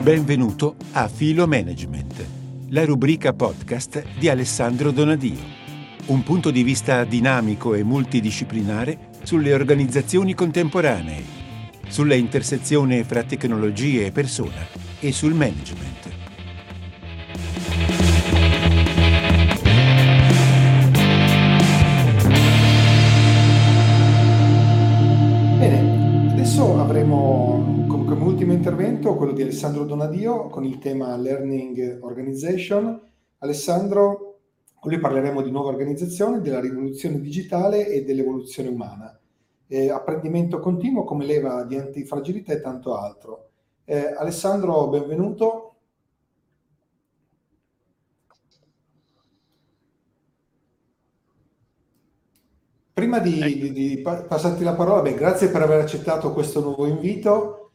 Benvenuto a Filo Management, la rubrica podcast di Alessandro Donadio. Un punto di vista dinamico e multidisciplinare sulle organizzazioni contemporanee, sulla intersezione fra tecnologie e persona e sul management. Bene, adesso avremo come ultimo intervento quello di Alessandro Donadio con il tema Learning Organization. Alessandro, con lui parleremo di nuova organizzazione, della rivoluzione digitale e dell'evoluzione umana. Apprendimento continuo come leva di antifragilità e tanto altro. Alessandro, benvenuto. Prima di passarti la parola, grazie per aver accettato questo nuovo invito.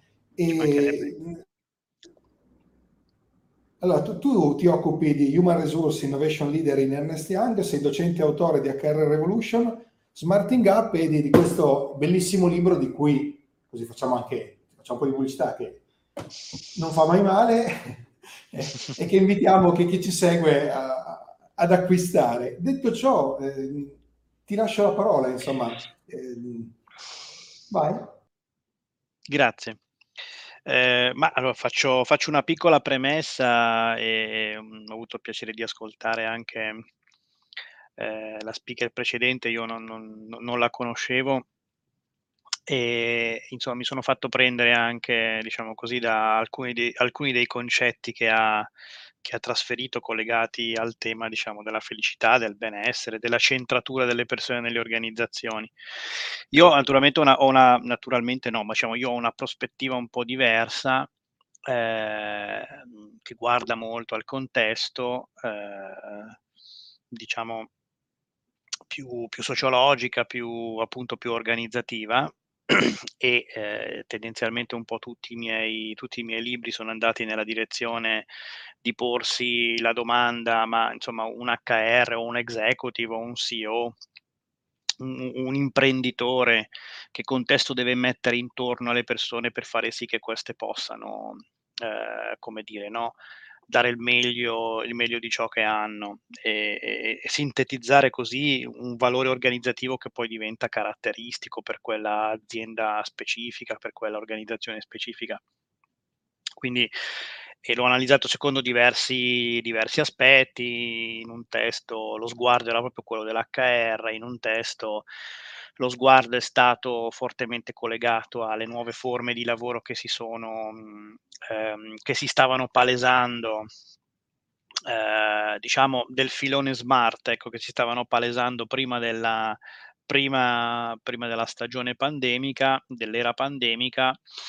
Allora, tu ti occupi di Human Resource Innovation Leader in Ernst Young, sei docente e autore di HR Revolution, Smarting Up e di questo bellissimo libro di cui, così facciamo un po' di pubblicità, che non fa mai male e che invitiamo chi ci segue ad acquistare. Detto ciò, ti lascio la parola, insomma. Vai. Grazie. Ma allora faccio una piccola premessa e ho avuto il piacere di ascoltare anche la speaker precedente, io non la conoscevo e insomma mi sono fatto prendere anche, diciamo così, da alcuni dei concetti che ha trasferito collegati al tema, diciamo, della felicità, del benessere, della centratura delle persone nelle organizzazioni. Io naturalmente io ho una prospettiva un po' diversa, che guarda molto al contesto, diciamo più sociologica, più organizzativa e, tendenzialmente un po' tutti i miei libri sono andati nella direzione di porsi la domanda: ma insomma un HR o un executive o un CEO, un imprenditore, che contesto deve mettere intorno alle persone per fare sì che queste possano, come dire, no, dare il meglio di ciò che hanno e sintetizzare così un valore organizzativo che poi diventa caratteristico per quella azienda specifica, per quella organizzazione specifica. Quindi l'ho analizzato secondo diversi aspetti. In un testo lo sguardo era proprio quello dell'HR, in un testo lo sguardo è stato fortemente collegato alle nuove forme di lavoro che si stavano palesando, diciamo del filone smart, ecco, che si stavano palesando prima della stagione pandemica, dell'era pandemica,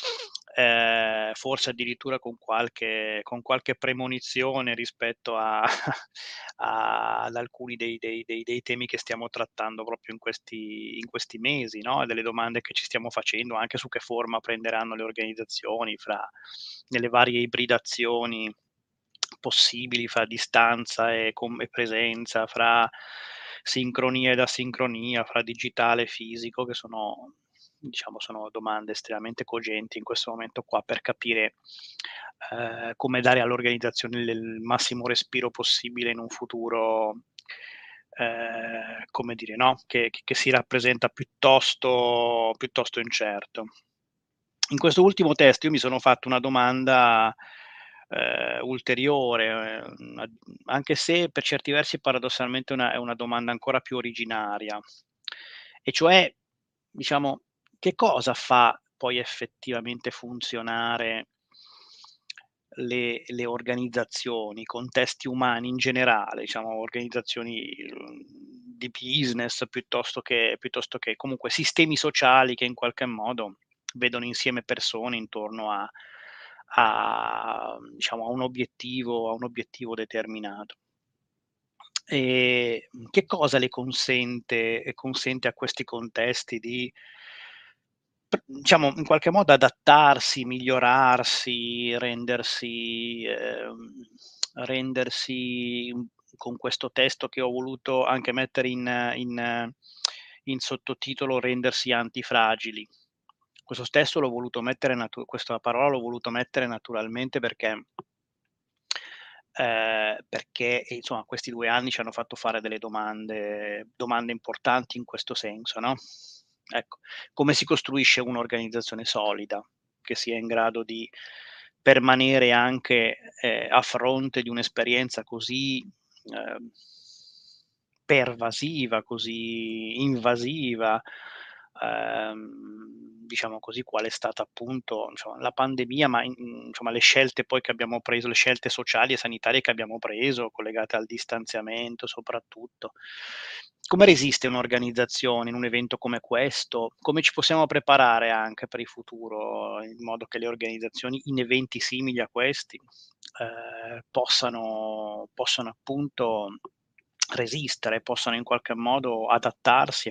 forse addirittura con qualche premonizione rispetto ad alcuni dei temi che stiamo trattando proprio in questi mesi, no, e delle domande che ci stiamo facendo anche su che forma prenderanno le organizzazioni nelle varie ibridazioni possibili fra distanza e presenza, fra sincronia ed asincronia, fra digitale e fisico, che sono domande estremamente cogenti in questo momento qua per capire come dare all'organizzazione il massimo respiro possibile in un futuro, come dire, no, che si rappresenta piuttosto incerto. In questo ultimo testo io mi sono fatto una domanda ulteriore, anche se per certi versi paradossalmente è una domanda ancora più originaria, e cioè, diciamo, che cosa fa poi effettivamente funzionare le organizzazioni, i contesti umani in generale, diciamo organizzazioni di business piuttosto che comunque sistemi sociali che in qualche modo vedono insieme persone intorno diciamo a un obiettivo determinato. Che cosa le consente a questi contesti di diciamo in qualche modo adattarsi, migliorarsi, rendersi con questo testo che ho voluto anche mettere in sottotitolo, rendersi antifragili. Questo stesso l'ho voluto mettere questa parola l'ho voluto mettere naturalmente perché, insomma, questi 2 anni ci hanno fatto fare delle domande importanti in questo senso, no, ecco, come si costruisce un'organizzazione solida, che sia in grado di permanere anche, a fronte di un'esperienza così, ehm, pervasiva, così invasiva, diciamo così, qual è stata appunto, insomma, la pandemia, ma insomma le scelte poi che abbiamo preso, le scelte sociali e sanitarie che abbiamo preso, collegate al distanziamento soprattutto. Come resiste un'organizzazione in un evento come questo? Come ci possiamo preparare anche per il futuro, in modo che le organizzazioni in eventi simili a questi, possano appunto resistere, possano in qualche modo adattarsi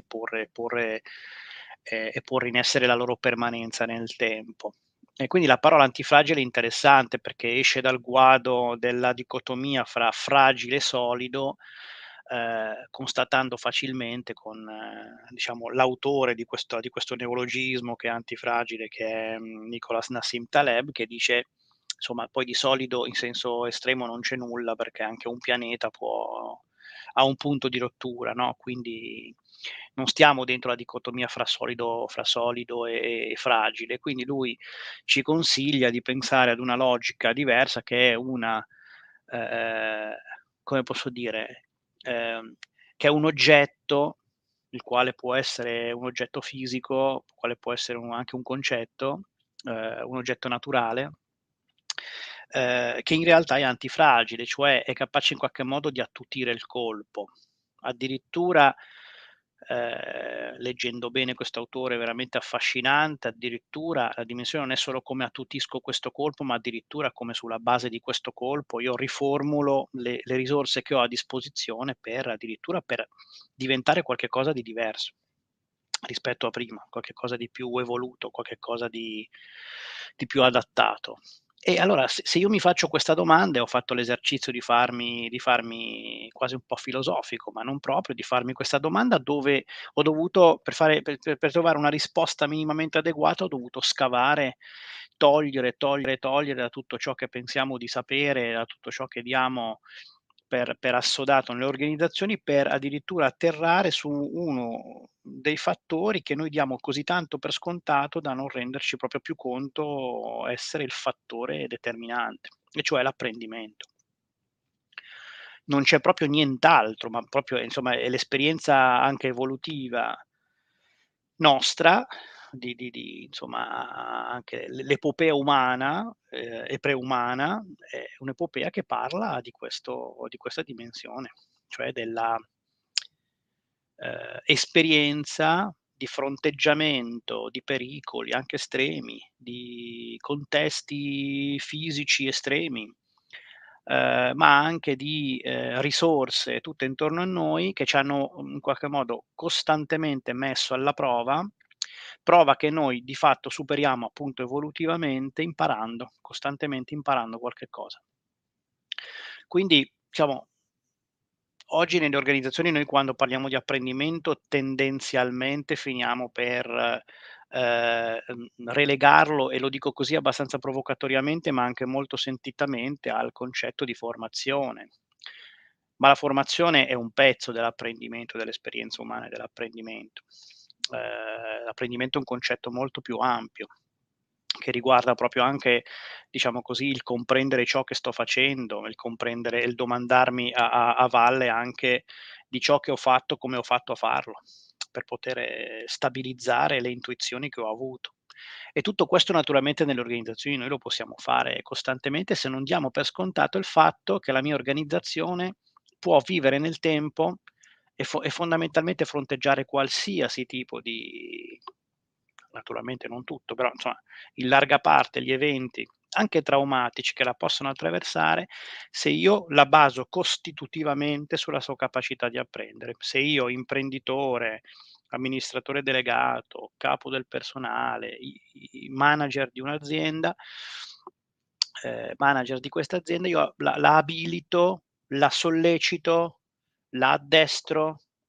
e porre in essere la loro permanenza nel tempo. E quindi la parola antifragile è interessante perché esce dal guado della dicotomia fra fragile e solido, constatando facilmente con, diciamo, l'autore di questo neologismo che è antifragile, che è, Nicolas Nassim Taleb, che dice, insomma, poi di solido in senso estremo non c'è nulla, perché anche un pianeta ha un punto di rottura, no, quindi non stiamo dentro la dicotomia fra solido e fragile. Quindi lui ci consiglia di pensare ad una logica diversa, che è una, ehm, come posso dire, che è un oggetto, il quale può essere un oggetto fisico, il quale può essere anche un concetto, un oggetto naturale, che in realtà è antifragile, cioè è capace in qualche modo di attutire il colpo. Addirittura, leggendo bene questo autore veramente affascinante, addirittura la dimensione non è solo come attutisco questo colpo, ma addirittura come sulla base di questo colpo io riformulo le risorse che ho a disposizione addirittura per diventare qualche cosa di diverso rispetto a prima, qualche cosa di più evoluto, qualche cosa di più adattato. E allora se io mi faccio questa domanda, e ho fatto l'esercizio di farmi quasi un po' filosofico, ma non proprio, di farmi questa domanda, dove ho dovuto, per trovare una risposta minimamente adeguata, ho dovuto scavare, togliere da tutto ciò che pensiamo di sapere, da tutto ciò che diamo per assodato nelle organizzazioni, per addirittura atterrare su uno dei fattori che noi diamo così tanto per scontato da non renderci proprio più conto essere il fattore determinante, e cioè l'apprendimento. Non c'è proprio nient'altro, ma proprio, insomma, è l'esperienza anche evolutiva nostra, di insomma, anche l'epopea umana, e preumana, è un'epopea che parla di questa dimensione, cioè della, esperienza di fronteggiamento di pericoli anche estremi, di contesti fisici estremi, ma anche di, risorse tutte intorno a noi che ci hanno, in qualche modo costantemente messo alla prova che noi di fatto superiamo appunto evolutivamente imparando, costantemente imparando qualche cosa. Quindi, diciamo, oggi nelle organizzazioni noi, quando parliamo di apprendimento, tendenzialmente finiamo per, relegarlo, e lo dico così abbastanza provocatoriamente, ma anche molto sentitamente, al concetto di formazione. Ma la formazione è un pezzo dell'apprendimento, dell'esperienza umana e dell'apprendimento. L'apprendimento è un concetto molto più ampio, che riguarda proprio anche, diciamo così, il comprendere ciò che sto facendo, il comprendere e il domandarmi a valle anche di ciò che ho fatto, come ho fatto a farlo, per poter, stabilizzare le intuizioni che ho avuto. E tutto questo naturalmente nelle organizzazioni noi lo possiamo fare costantemente, se non diamo per scontato il fatto che la mia organizzazione può vivere nel tempo e fondamentalmente fronteggiare qualsiasi tipo di, naturalmente non tutto, però insomma in larga parte gli eventi, anche traumatici, che la possono attraversare, se io la baso costitutivamente sulla sua capacità di apprendere. Se io, imprenditore, amministratore delegato, capo del personale, i manager di un'azienda, manager di questa azienda, io la abilito, la sollecito, la addestro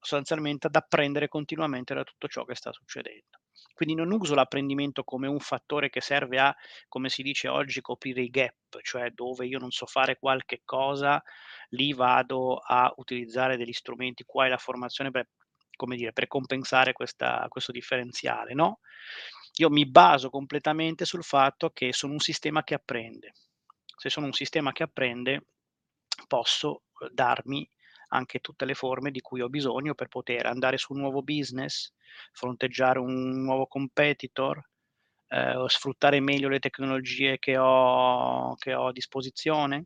sostanzialmente ad apprendere continuamente da tutto ciò che sta succedendo. Quindi non uso l'apprendimento come un fattore che serve a, come si dice oggi, coprire i gap, cioè dove io non so fare qualche cosa, lì vado a utilizzare degli strumenti, qua è la formazione per, come dire, per compensare questo differenziale, no? Io mi baso completamente sul fatto che sono un sistema che apprende. Se sono un sistema che apprende, posso darmi anche tutte le forme di cui ho bisogno per poter andare su un nuovo business, fronteggiare un nuovo competitor, o sfruttare meglio le tecnologie che ho a disposizione,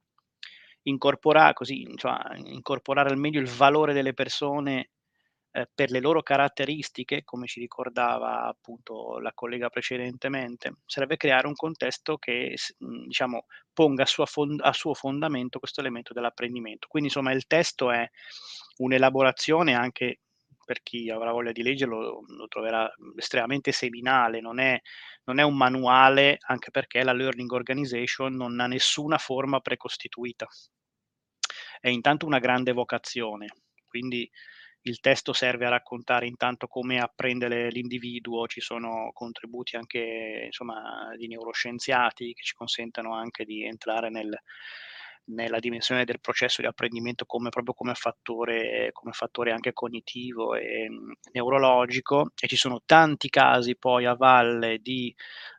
incorporare al meglio il valore delle persone, per le loro caratteristiche, come ci ricordava appunto la collega precedentemente. Serve creare un contesto che diciamo ponga a suo fondamento questo elemento dell'apprendimento. Quindi insomma il testo è un'elaborazione, anche per chi avrà voglia di leggerlo lo troverà estremamente seminale, non è un manuale, anche perché la learning organization non ha nessuna forma precostituita. È intanto una grande vocazione, quindi il testo serve a raccontare intanto come apprende l'individuo, ci sono contributi anche insomma di neuroscienziati che ci consentono anche di entrare nella dimensione del processo di apprendimento proprio come fattore anche cognitivo e neurologico, e ci sono tanti casi poi a valle di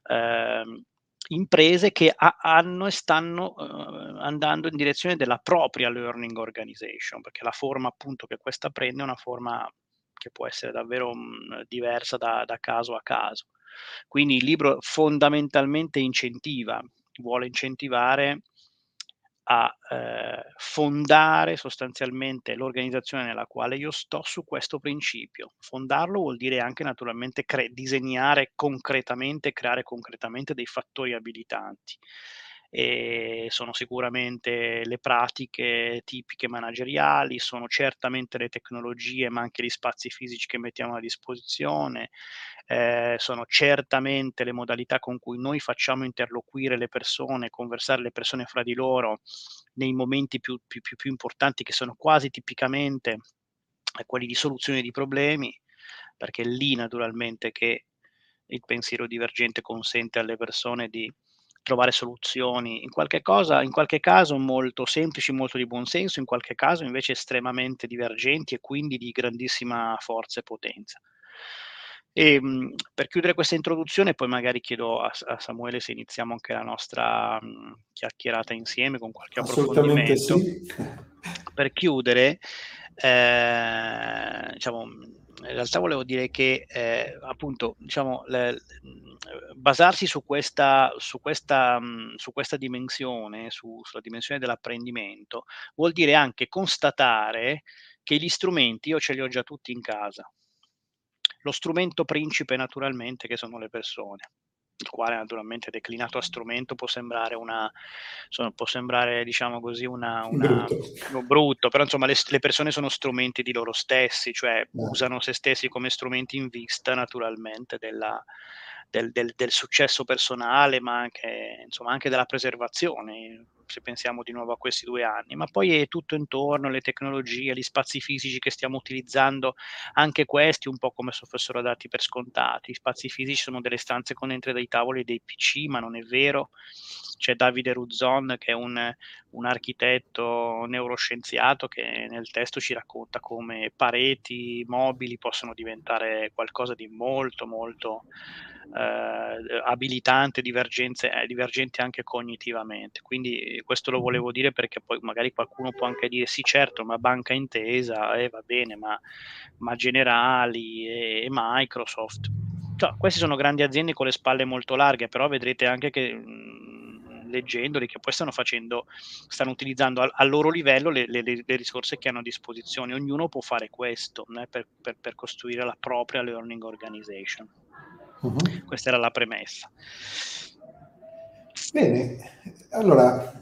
imprese che hanno e stanno andando in direzione della propria learning organization, perché la forma appunto che questa prende è una forma che può essere davvero diversa da caso a caso. Quindi il libro fondamentalmente vuole incentivare a fondare sostanzialmente l'organizzazione nella quale io sto su questo principio. Fondarlo vuol dire anche naturalmente disegnare concretamente, creare concretamente dei fattori abilitanti. E sono sicuramente le pratiche tipiche manageriali, sono certamente le tecnologie, ma anche gli spazi fisici che mettiamo a disposizione, sono certamente le modalità con cui noi facciamo interloquire le persone, conversare le persone fra di loro nei momenti più importanti, che sono quasi tipicamente quelli di soluzione di problemi, perché è lì naturalmente che il pensiero divergente consente alle persone di trovare soluzioni, in qualche caso molto semplici, molto di buon senso, in qualche caso invece estremamente divergenti e quindi di grandissima forza e potenza. Per chiudere questa introduzione, poi magari chiedo a Samuele se iniziamo anche la nostra chiacchierata insieme con qualche Assolutamente approfondimento. sì. Per chiudere, diciamo, in realtà volevo dire che appunto, diciamo, basarsi su questa dimensione, sulla dimensione dell'apprendimento, vuol dire anche constatare che gli strumenti io ce li ho già tutti in casa. Lo strumento principe naturalmente che sono le persone, il quale naturalmente declinato a strumento può sembrare diciamo così Brutto. brutto, però insomma le persone sono strumenti di loro stessi, cioè No. usano se stessi come strumenti in vista naturalmente del successo personale, ma anche insomma anche della preservazione, se pensiamo di nuovo a questi 2 anni. Ma poi è tutto intorno, le tecnologie, gli spazi fisici che stiamo utilizzando, anche questi un po' come se fossero dati per scontati. Gli spazi fisici sono delle stanze con dentro dei tavoli e dei PC, ma non è vero. C'è Davide Ruzzon che è un architetto neuroscienziato che nel testo ci racconta come pareti mobili possono diventare qualcosa di molto, molto abilitante, divergente anche cognitivamente. Quindi questo lo volevo dire perché poi magari qualcuno può anche dire sì certo, ma Banca Intesa, va bene, ma Generali e Microsoft. Cioè, queste sono grandi aziende con le spalle molto larghe, però vedrete anche che leggendoli che poi stanno utilizzando al loro livello le risorse che hanno a disposizione. Ognuno può fare questo per costruire la propria learning organization. Uh-huh. Questa era la premessa. Bene, allora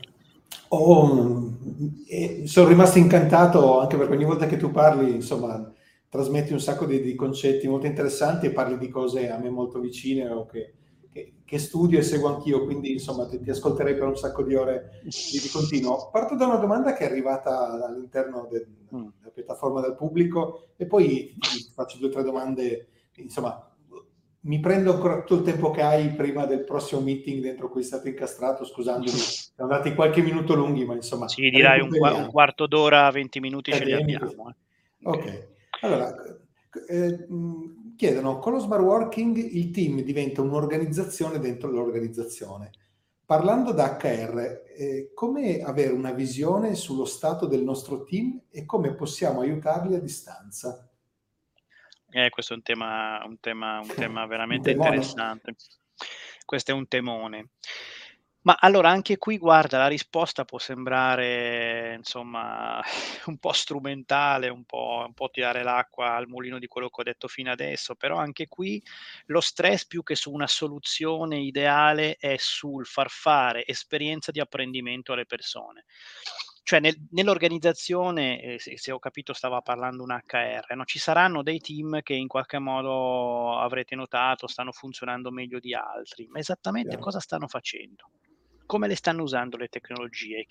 sono rimasto incantato anche perché ogni volta che tu parli, insomma, trasmetti un sacco di concetti molto interessanti e parli di cose a me molto vicine o che che studio e seguo anch'io, quindi insomma ti ascolterei per un sacco di ore di continuo. Parto da una domanda che è arrivata all'interno della piattaforma del pubblico e poi ti faccio 2 o 3 domande, insomma, mi prendo ancora tutto il tempo che hai prima del prossimo meeting dentro cui è stato incastrato, scusandomi, siamo andati qualche minuto lunghi, ma insomma Sì, direi un quarto d'ora, 20 minuti ce li abbiamo. Ok, allora chiedono, con lo smart working il team diventa un'organizzazione dentro l'organizzazione. Parlando da HR, come avere una visione sullo stato del nostro team e come possiamo aiutarli a distanza? Questo è un tema veramente Un temone. interessante. Questo è un temone. Ma allora anche qui guarda, la risposta può sembrare insomma un po' strumentale, un po' tirare l'acqua al mulino di quello che ho detto fino adesso, però anche qui lo stress più che su una soluzione ideale è sul far fare esperienza di apprendimento alle persone. Cioè nell'organizzazione, se ho capito stava parlando un HR, no, ci saranno dei team che in qualche modo avrete notato stanno funzionando meglio di altri, ma esattamente Chiaro. cosa stanno facendo? Come le stanno usando le tecnologie?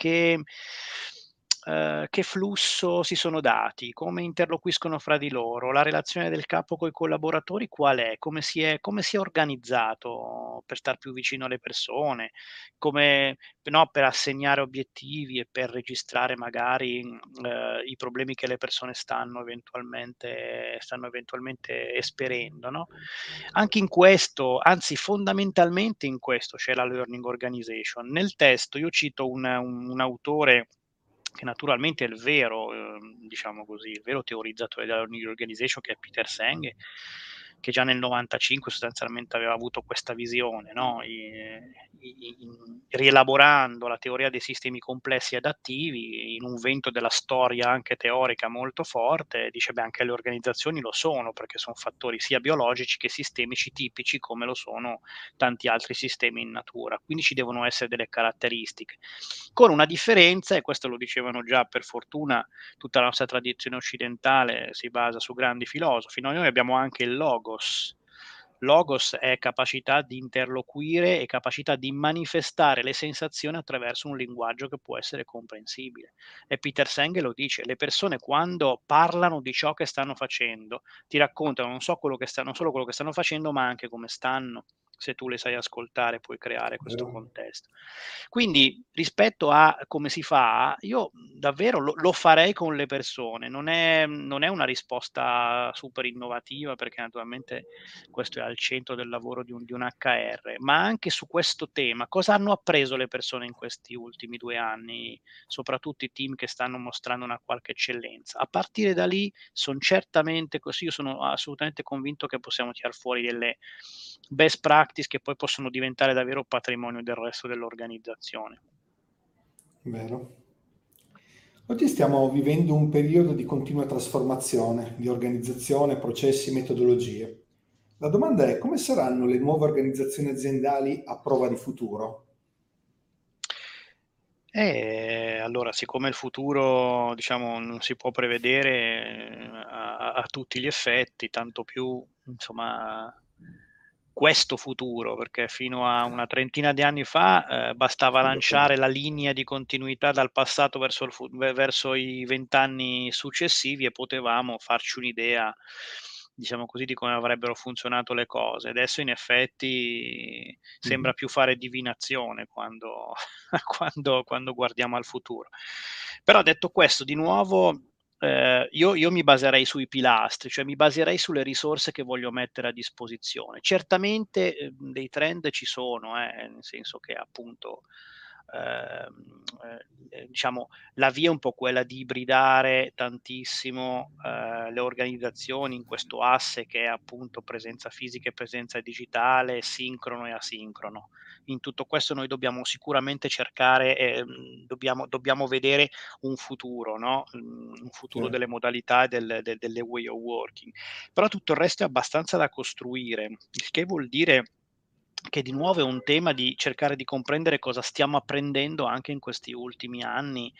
Che flusso si sono dati? Come interloquiscono fra di loro? La relazione del capo coi collaboratori qual è? Come si è organizzato per star più vicino alle persone? Come no, per assegnare obiettivi e per registrare magari, i problemi che le persone stanno eventualmente esperendo, no? Anche in questo, anzi fondamentalmente in questo c'è la learning organization. Nel testo io cito un autore che naturalmente è il vero, diciamo così, il vero teorizzatore della learning organization, che è Peter Senge, che già nel 95 sostanzialmente aveva avuto questa visione, no, rielaborando la teoria dei sistemi complessi adattivi in un vento della storia anche teorica molto forte, dice: "Beh, anche le organizzazioni lo sono, perché son fattori sia biologici che sistemici tipici, come lo sono tanti altri sistemi in natura. Quindi ci devono essere delle caratteristiche. Con una differenza, e questo lo dicevano già per fortuna tutta la nostra tradizione occidentale si basa su grandi filosofi, noi abbiamo anche il logos. Logos è capacità di interloquire e capacità di manifestare le sensazioni attraverso un linguaggio che può essere comprensibile. E Peter Senge lo dice: le persone quando parlano di ciò che stanno facendo, ti raccontano non solo quello che stanno facendo, ma anche come stanno. Se tu le sai ascoltare, puoi creare questo Vero? contesto. Quindi, rispetto a come si fa, io davvero lo farei con le persone. Non è una risposta super innovativa, perché naturalmente questo è al centro del lavoro di un HR, ma anche su questo tema, cosa hanno appreso le persone in questi ultimi 2 anni, soprattutto i team che stanno mostrando una qualche eccellenza. A partire da lì io sono assolutamente convinto che possiamo tirar fuori delle best practice che poi possono diventare davvero patrimonio del resto dell'organizzazione. Vero. Oggi stiamo vivendo un periodo di continua trasformazione di organizzazione, processi, metodologie. La domanda è: come saranno le nuove organizzazioni aziendali a prova di futuro? Allora, siccome il futuro, diciamo, non si può prevedere a tutti gli effetti, tanto più, insomma, questo futuro, perché fino a una trentina di anni fa, bastava lanciare la linea di continuità dal passato verso i 20 anni successivi e potevamo farci un'idea, diciamo così, di come avrebbero funzionato le cose. Adesso in effetti sembra più fare divinazione quando quando guardiamo al futuro. Però detto questo, di nuovo, io mi baserei sui pilastri, cioè mi baserei sulle risorse che voglio mettere a disposizione. Certamente, dei trend ci sono, nel senso che appunto, diciamo la via è un po' quella di ibridare tantissimo, le organizzazioni in questo asse che è appunto presenza fisica e presenza digitale, sincrono e asincrono. In tutto questo noi dobbiamo sicuramente cercare, dobbiamo vedere un futuro, no, un futuro delle modalità e delle way of working. Però tutto il resto è abbastanza da costruire, il che vuol dire che di nuovo è un tema di cercare di comprendere cosa stiamo apprendendo anche in questi ultimi anni,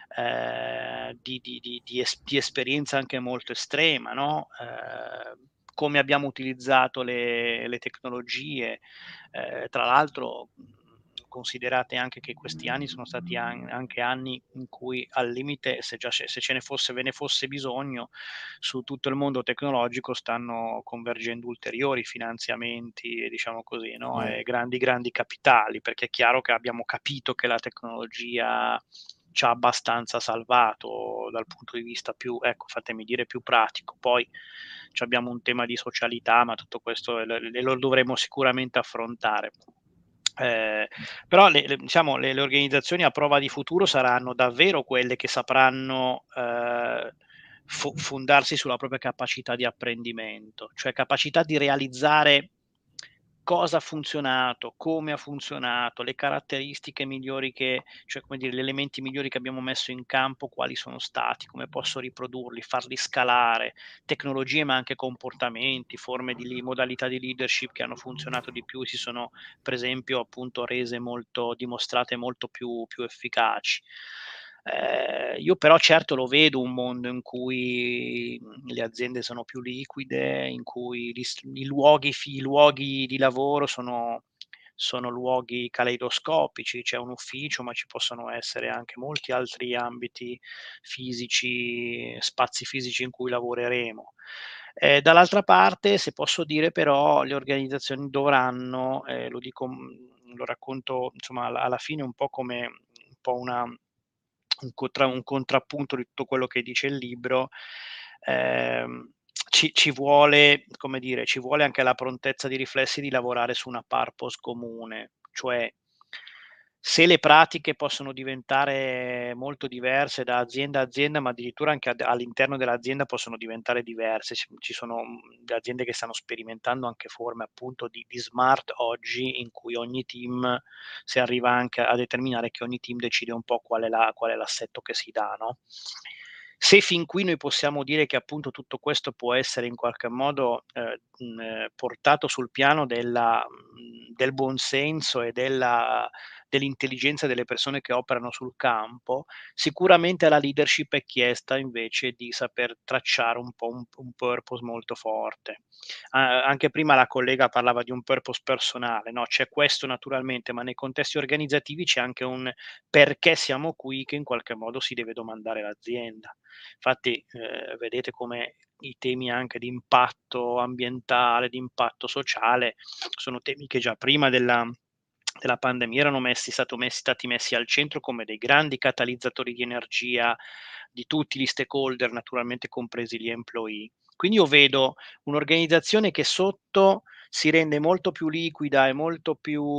di esperienza anche molto estrema, no, come abbiamo utilizzato le tecnologie. Tra l'altro, considerate anche che questi anni sono stati anche anni in cui al limite, se ve ne fosse bisogno, su tutto il mondo tecnologico stanno convergendo ulteriori finanziamenti, diciamo così, no? E grandi capitali, perché è chiaro che abbiamo capito che la tecnologia ci ha abbastanza salvato dal punto di vista più, ecco, fatemi dire, più pratico. Poi abbiamo un tema di socialità, ma tutto questo lo dovremo sicuramente affrontare. Però diciamo, le organizzazioni a prova di futuro saranno davvero quelle che sapranno fondarsi sulla propria capacità di apprendimento, cioè capacità di realizzare cosa ha funzionato, come ha funzionato, le caratteristiche migliori cioè come dire, gli elementi migliori che abbiamo messo in campo, quali sono stati, come posso riprodurli, farli scalare, tecnologie ma anche comportamenti, forme di modalità di leadership che hanno funzionato di più, si sono per esempio appunto dimostrate molto più efficaci. Io però certo lo vedo un mondo in cui le aziende sono più liquide, in cui i luoghi di lavoro sono luoghi caleidoscopici, c'è un ufficio, ma ci possono essere anche molti altri ambiti fisici, spazi fisici in cui lavoreremo. Dall'altra parte, se posso dire però, le organizzazioni dovranno, lo racconto insomma alla fine un po' come un po' un contrappunto di tutto quello che dice il libro. Ci vuole, come dire, ci vuole anche la prontezza di riflessi di lavorare su una purpose comune, cioè se le pratiche possono diventare molto diverse da azienda a azienda, ma addirittura anche all'interno dell'azienda possono diventare diverse. Ci sono aziende che stanno sperimentando anche forme appunto di smart oggi, in cui ogni team, si arriva anche a determinare che ogni team decide un po' qual è l'assetto che si dà, no? Se fin qui noi possiamo dire che appunto tutto questo può essere in qualche modo portato sul piano del buonsenso e dell'intelligenza delle persone che operano sul campo, sicuramente alla leadership è chiesta invece di saper tracciare un po' un purpose molto forte. Anche prima la collega parlava di un purpose personale, no? C'è questo naturalmente, ma nei contesti organizzativi c'è anche un perché siamo qui che in qualche modo si deve domandare l'azienda. Infatti vedete come i temi anche di impatto ambientale, di impatto sociale, sono temi che già prima della pandemia erano stati messi al centro come dei grandi catalizzatori di energia di tutti gli stakeholder, naturalmente compresi gli employee. Quindi io vedo un'organizzazione che sotto si rende molto più liquida e molto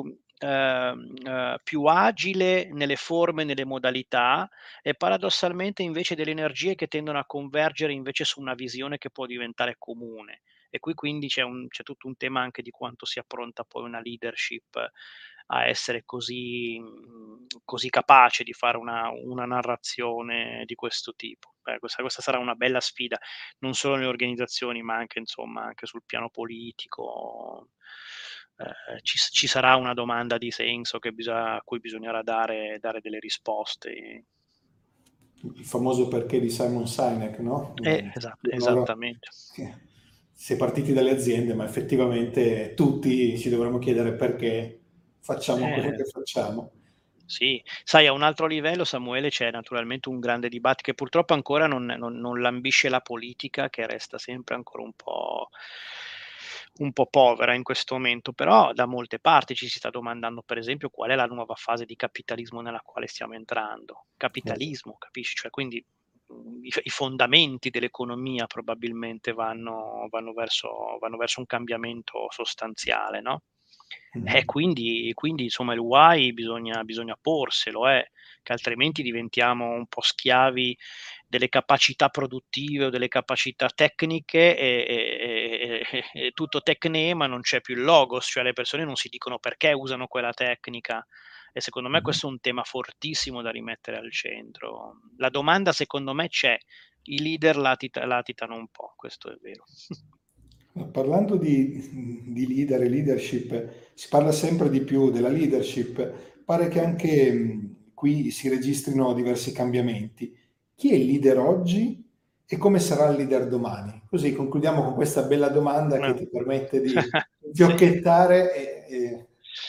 più agile nelle forme, nelle modalità, e paradossalmente invece delle energie che tendono a convergere invece su una visione che può diventare comune. E qui quindi c'è tutto un tema anche di quanto sia pronta poi una leadership a essere così capace di fare una narrazione di questo tipo. Questa sarà una bella sfida, non solo nelle organizzazioni, ma anche insomma anche sul piano politico. Ci sarà una domanda di senso a cui bisognerà dare delle risposte. Il famoso perché di Simon Sinek, no? Esattamente. Si è partiti dalle aziende, ma effettivamente tutti ci dovremmo chiedere perché facciamo quello che facciamo. Sì, sai, a un altro livello, Samuele, c'è naturalmente un grande dibattito che purtroppo ancora non lambisce la politica, che resta sempre ancora un po' povera in questo momento, però da molte parti ci si sta domandando, per esempio, qual è la nuova fase di capitalismo nella quale stiamo entrando. Capitalismo, capisci? Cioè, quindi i fondamenti dell'economia probabilmente vanno verso un cambiamento sostanziale, no? Quindi insomma il why bisogna porselo, che altrimenti diventiamo un po' schiavi delle capacità produttive o delle capacità tecniche e tutto tecne, ma non c'è più il logos, cioè le persone non si dicono perché usano quella tecnica, e secondo me questo è un tema fortissimo da rimettere al centro. La domanda secondo me c'è, i leader latitano un po', questo è vero. Parlando di leader e leadership, si parla sempre di più della leadership. Pare che anche qui si registrino diversi cambiamenti. Chi è il leader oggi e come sarà il leader domani? Così concludiamo con questa bella domanda che ti permette di Sì. fiocchettare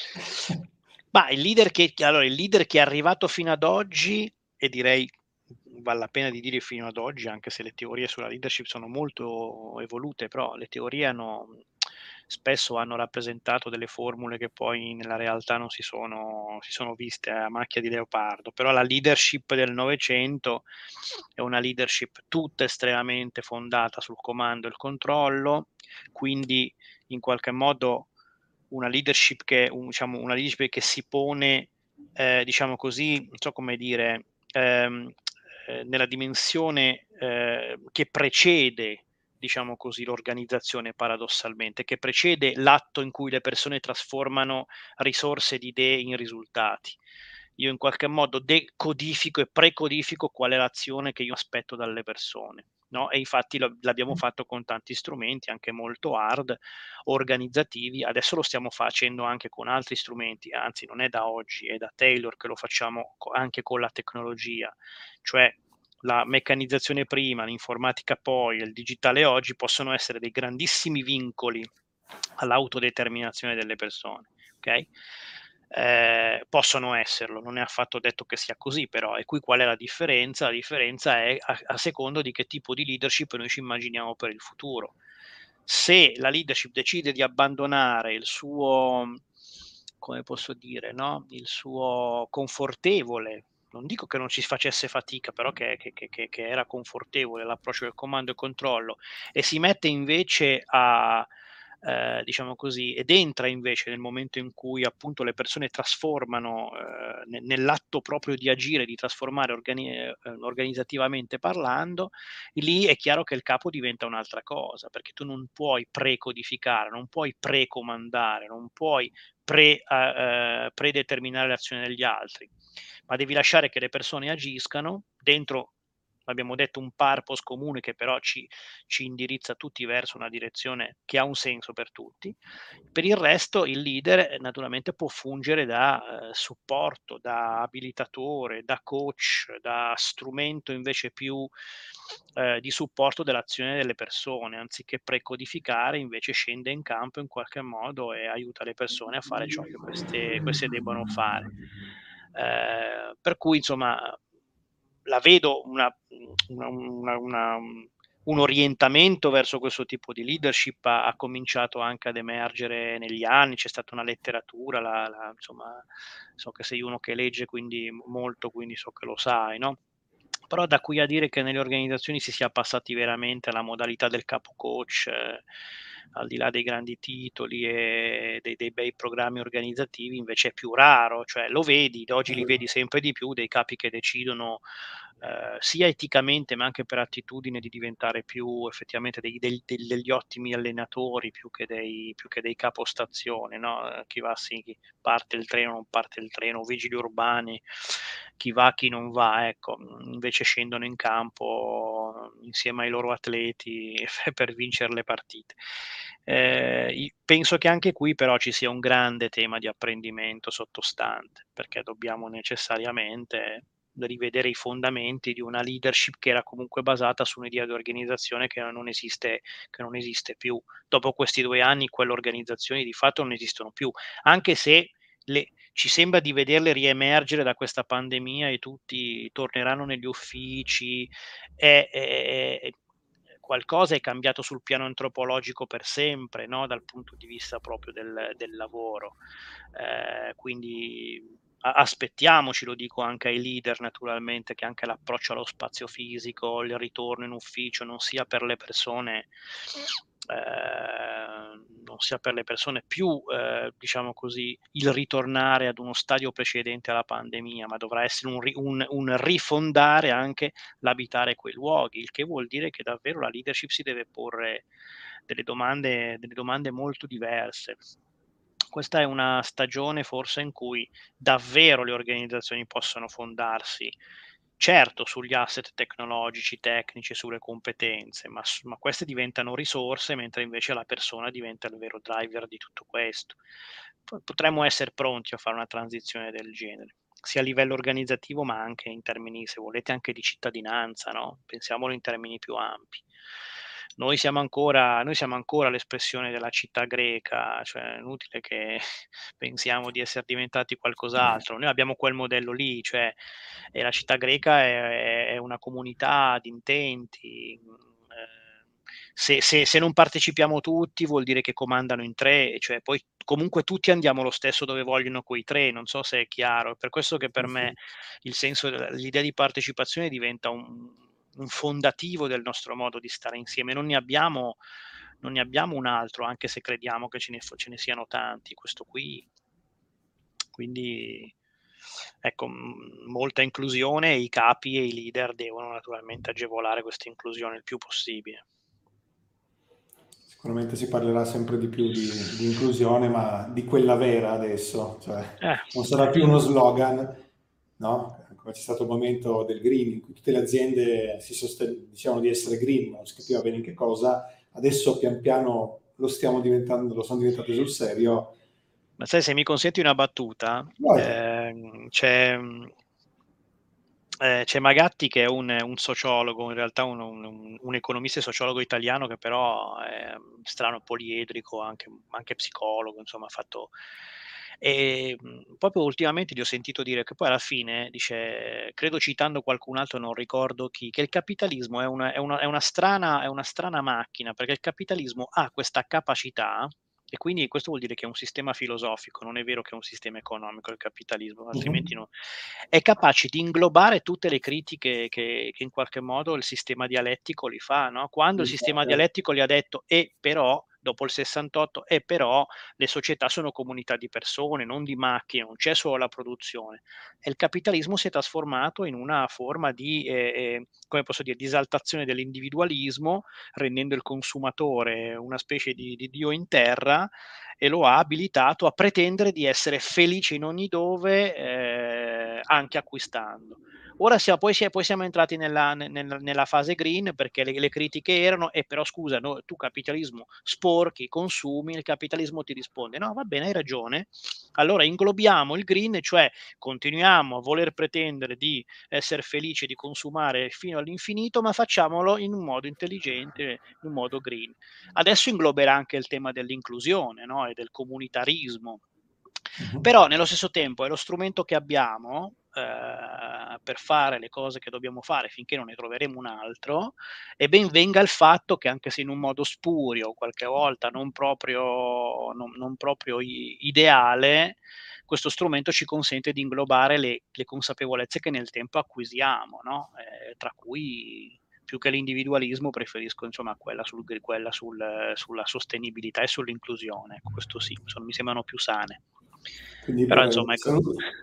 Ma il leader che è arrivato fino ad oggi, e direi vale la pena di dire fino ad oggi, anche se le teorie sulla leadership sono molto evolute, però le teorie spesso hanno rappresentato delle formule che poi nella realtà non si sono viste a macchia di leopardo. Però la leadership del Novecento è una leadership tutta estremamente fondata sul comando e il controllo, quindi in qualche modo una leadership una leadership che si pone, diciamo così, non so come dire, nella dimensione che precede, diciamo così, l'organizzazione, paradossalmente, che precede l'atto in cui le persone trasformano risorse di idee in risultati. Io in qualche modo decodifico e precodifico qual è l'azione che io aspetto dalle persone, no? E infatti l'abbiamo fatto con tanti strumenti, anche molto hard, organizzativi. Adesso lo stiamo facendo anche con altri strumenti, anzi non è da oggi, è da Taylor che lo facciamo anche con la tecnologia, cioè la meccanizzazione prima, l'informatica poi, il digitale oggi possono essere dei grandissimi vincoli all'autodeterminazione delle persone, ok? Possono esserlo, non è affatto detto che sia così, però, e qui qual è la differenza? La differenza è a secondo di che tipo di leadership noi ci immaginiamo per il futuro. Se la leadership decide di abbandonare il suo, come posso dire, no? Il suo confortevole, non dico che non ci facesse fatica, però che era confortevole l'approccio del comando e controllo, e si mette invece a, diciamo così, ed entra invece nel momento in cui appunto le persone trasformano, nell'atto proprio di agire, di trasformare organizzativamente parlando, lì è chiaro che il capo diventa un'altra cosa, perché tu non puoi precodificare, non puoi precomandare, non puoi predeterminare l'azione degli altri, ma devi lasciare che le persone agiscano dentro, abbiamo detto, un purpose comune che però ci indirizza tutti verso una direzione che ha un senso per tutti. Per il resto il leader naturalmente può fungere da supporto, da abilitatore, da coach, da strumento invece più di supporto dell'azione delle persone, anziché precodificare, invece scende in campo in qualche modo e aiuta le persone a fare ciò che queste debbono fare. Per cui insomma la vedo un orientamento verso questo tipo di leadership ha cominciato anche ad emergere negli anni, c'è stata una letteratura, insomma, so che sei uno che legge quindi molto, quindi so che lo sai, no? Però da qui a dire che nelle organizzazioni si sia passati veramente alla modalità del capo coach, al di là dei grandi titoli e dei bei programmi organizzativi, invece è più raro, cioè lo vedi, oggi li vedi sempre di più, dei capi che decidono sia eticamente ma anche per attitudine di diventare più effettivamente degli ottimi allenatori più che dei capostazione, no? Chi va, sì, chi parte il treno, non parte il treno, vigili urbani, chi va, chi non va, ecco, invece scendono in campo insieme ai loro atleti per vincere le partite. Penso che anche qui però ci sia un grande tema di apprendimento sottostante, perché dobbiamo necessariamente rivedere i fondamenti di una leadership che era comunque basata su un'idea di organizzazione che non esiste più. Dopo questi 2 anni quelle organizzazioni di fatto non esistono più, anche se ci sembra di vederle riemergere da questa pandemia e tutti torneranno negli uffici, qualcosa è cambiato sul piano antropologico per sempre, no? Dal punto di vista proprio del lavoro. Quindi aspettiamoci, lo dico anche ai leader naturalmente, che anche l'approccio allo spazio fisico, il ritorno in ufficio non sia per le persone più, diciamo così, il ritornare ad uno stadio precedente alla pandemia, ma dovrà essere un rifondare anche l'abitare quei luoghi, il che vuol dire che davvero la leadership si deve porre delle domande molto diverse. Questa è una stagione forse in cui davvero le organizzazioni possono fondarsi, certo sugli asset tecnologici, tecnici, sulle competenze, ma queste diventano risorse, mentre invece la persona diventa il vero driver di tutto questo. Potremmo essere pronti a fare una transizione del genere. sia a livello organizzativo, ma anche in termini, se volete, anche di cittadinanza, no? Pensiamolo in termini più ampi. Noi siamo ancora l'espressione della città greca, cioè è inutile che pensiamo di essere diventati qualcos'altro. Noi abbiamo quel modello lì, cioè la città greca è una comunità di intenti. Se non partecipiamo tutti vuol dire che comandano in tre, cioè poi comunque tutti andiamo lo stesso dove vogliono quei tre, non so se è chiaro. È per questo che per me il senso, l'idea di partecipazione diventa un fondativo del nostro modo di stare insieme. Non ne abbiamo un altro, anche se crediamo che ce ne siano tanti. Questo qui, quindi ecco, molta inclusione, e i capi e i leader devono naturalmente agevolare questa inclusione il più possibile. Sicuramente si parlerà sempre di più di inclusione, ma di quella vera adesso, cioè non sarà più uno slogan, no? Come c'è stato il momento del green, in cui tutte le aziende dicevano di essere green, ma non si capiva bene in che cosa. Adesso pian piano lo sono diventate sul serio. Ma sai, se mi consenti una battuta, c'è Magatti, che è un sociologo, in realtà un economista e sociologo italiano, che però è strano, poliedrico, anche psicologo, insomma, ha fatto... E proprio ultimamente gli ho sentito dire che poi alla fine dice, credo citando qualcun altro, non ricordo chi, che il capitalismo è una strana macchina, perché il capitalismo ha questa capacità, e quindi questo vuol dire che è un sistema filosofico, non è vero che è un sistema economico il capitalismo, altrimenti no. È capace di inglobare tutte le critiche che in qualche modo il sistema dialettico li fa, no? Quando il sistema dialettico gli ha detto però, dopo il 68, però le società sono comunità di persone, non di macchine, non c'è solo la produzione. E il capitalismo si è trasformato in una forma di, come posso dire, di esaltazione dell'individualismo, rendendo il consumatore una specie di dio in terra, e lo ha abilitato a pretendere di essere felice in ogni dove, anche acquistando. Ora poi siamo entrati nella fase green, perché le critiche erano, però scusa, no, tu capitalismo sporchi, consumi, il capitalismo ti risponde, no, va bene, hai ragione, allora inglobiamo il green, cioè continuiamo a voler pretendere di essere felici, di consumare fino all'infinito, ma facciamolo in un modo intelligente, in un modo green. Adesso ingloberà anche il tema dell'inclusione, no? E del comunitarismo. Però nello stesso tempo è lo strumento che abbiamo per fare le cose che dobbiamo fare finché non ne troveremo un altro, e ben venga il fatto che, anche se in un modo spurio, qualche volta non proprio ideale, questo strumento ci consente di inglobare le consapevolezze che nel tempo acquisiamo, no? Tra cui, più che l'individualismo, preferisco insomma quella sulla sostenibilità e sull'inclusione. Questo sì, mi sembrano più sane. Quindi però insomma, ecco.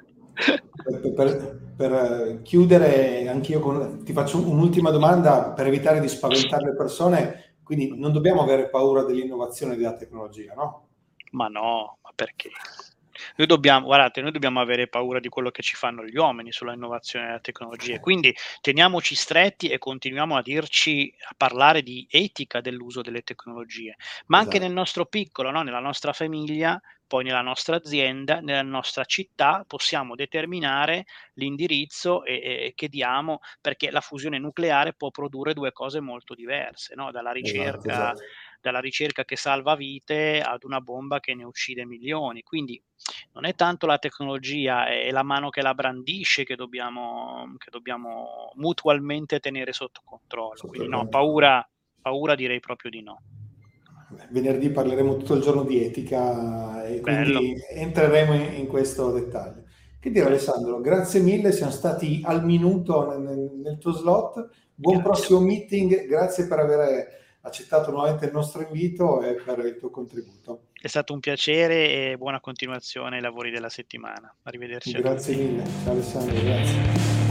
Per chiudere, anch'io ti faccio un'ultima domanda per evitare di spaventare le persone. Quindi non dobbiamo avere paura dell'innovazione della tecnologia, no? Ma no, ma perché? Noi dobbiamo avere paura di quello che ci fanno gli uomini sulla innovazione della tecnologia, quindi teniamoci stretti e continuiamo a parlare di etica dell'uso delle tecnologie, ma anche nel nostro piccolo, no? Nella nostra famiglia, poi nella nostra azienda, nella nostra città, possiamo determinare l'indirizzo che diamo, perché la fusione nucleare può produrre due cose molto diverse, no? Dalla ricerca che salva vite ad una bomba che ne uccide milioni. Quindi non è tanto la tecnologia e la mano che la brandisce che dobbiamo mutualmente tenere sotto controllo. Quindi no, paura direi proprio di no. Venerdì parleremo tutto il giorno di etica e Bello. quindi entreremo in questo dettaglio. Che dire, Alessandro, grazie mille, siamo stati al minuto nel tuo slot. Buon prossimo meeting, grazie per aver accettato nuovamente il nostro invito e per il tuo contributo. È stato un piacere e buona continuazione ai lavori della settimana. Arrivederci a tutti. Grazie mille, ciao Alessandro, grazie.